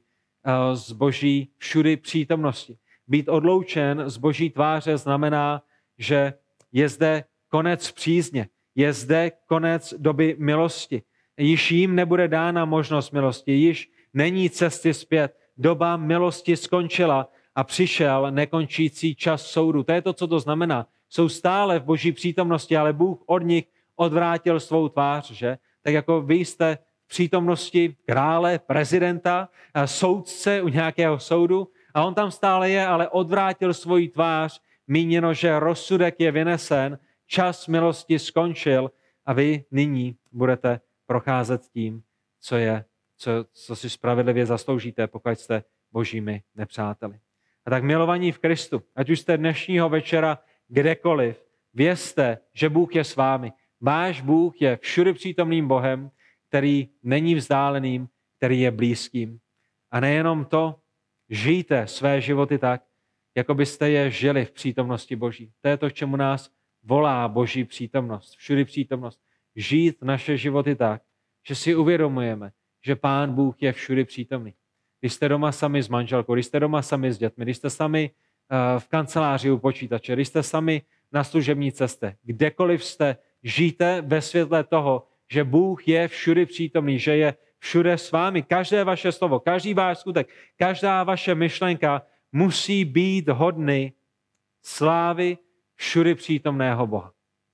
z Boží všudy přítomnosti. Být odloučen z Boží tváře znamená, že je zde konec přízně, je zde konec doby milosti, Již jim nebude dána možnost milosti, již není cesty zpět. Doba milosti skončila a přišel nekončící čas soudu. To je to, co to znamená. Jsou stále v Boží přítomnosti, ale Bůh od nich odvrátil svou tvář, že? Tak jako vy jste v přítomnosti krále, prezidenta, soudce u nějakého soudu a on tam stále je, ale odvrátil svoji tvář, míněno, že rozsudek je vynesen, čas milosti skončil a vy nyní budete procházet tím, co je, co, co si spravedlivě zasloužíte, pokud jste Božími nepřáteli. A tak milovaní v Kristu, ať už jste dnešního večera kdekoliv, vězte, že Bůh je s vámi. Váš Bůh je všudy přítomným Bohem, který není vzdáleným, který je blízkým. A nejenom to, žijte své životy tak, jako byste je žili v přítomnosti Boží. To je to, k čemu nás volá Boží přítomnost, všudy přítomnost. Žít naše životy tak, že si uvědomujeme, že Pán Bůh je všudy přítomný. Když jste doma sami s manželkou, když jste doma sami s dětmi, když jste sami v kanceláři u počítače, když jste sami na služební cestě, kdekoliv jste, žijte ve světle toho, že Bůh je všudy přítomný, že je všude s vámi. Každé vaše slovo, každý váš skutek, každá vaše myšlenka musí být hodný slávy všudy přítomného Boha.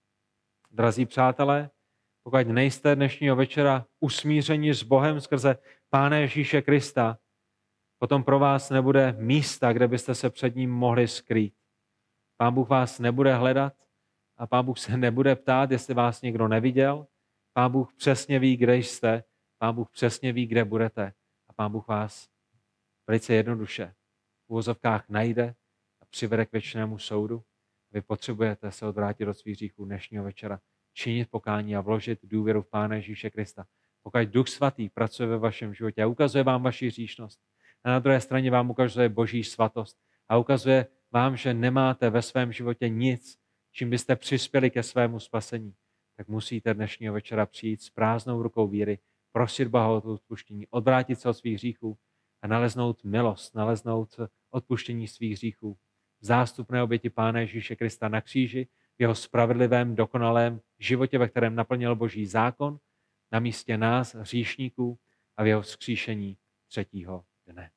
Drazí přátelé, pokud nejste dnešního večera usmířeni s Bohem skrze Pána Ježíše Krista, potom pro vás nebude místa, kde byste se před ním mohli skrýt. Pán Bůh vás nebude hledat a Pán Bůh se nebude ptát, jestli vás někdo neviděl. Pán Bůh přesně ví, kde jste, Pán Bůh přesně ví, kde budete a Pán Bůh vás velice jednoduše v uvozovkách najde a přivede k věčnému soudu. Vy potřebujete se odvrátit od svých hříchů dnešního večera, činit pokání a vložit důvěru v Pána Ježíše Krista. Pokud Duch Svatý pracuje ve vašem životě a ukazuje vám vaši hříšnost, a na druhé straně vám ukazuje Boží svatost a ukazuje vám, že nemáte ve svém životě nic, čím byste přispěli ke svému spasení, tak musíte dnešního večera přijít s prázdnou rukou víry, prosit Boha o odpuštění, odvrátit se od svých hříchů a naleznout milost, naleznout odpuštění svých hříchů v zástupné oběti Pána Ježíše Krista na kříži, v jeho spravedlivém, dokonalém životě, ve kterém naplnil Boží zákon, na místě nás, hříšníků, a v jeho vzkříšení třetího dne.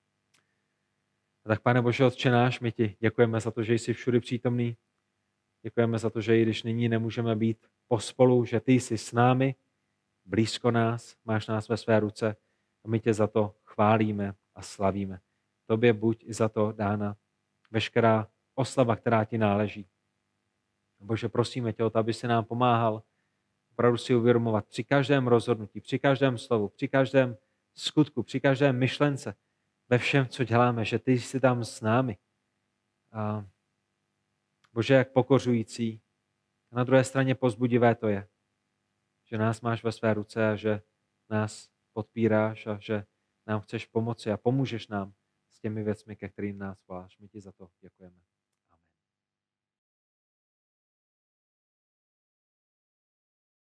A tak, Pane Bože, Otče náš, my ti děkujeme za to, že jsi všudy přítomný. Děkujeme za to, že i když nyní nemůžeme být pospolu, že ty jsi s námi, blízko nás, máš nás ve své ruce a my tě za to chválíme a slavíme. Tobě buď i za to dána veškerá oslava, která ti náleží. Bože, prosíme tě o to, aby si nám pomáhal opravdu si uvědomovat při každém rozhodnutí, při každém slovu, při každém skutku, při každé myšlence, ve všem, co děláme, že ty jsi tam s námi. A Bože, jak pokořující a na druhé straně povzbudivé to je, že nás máš ve své ruce a že nás podpíráš a že nám chceš pomoci a pomůžeš nám s těmi věcmi, ke kterým nás voláš. My ti za to děkujeme.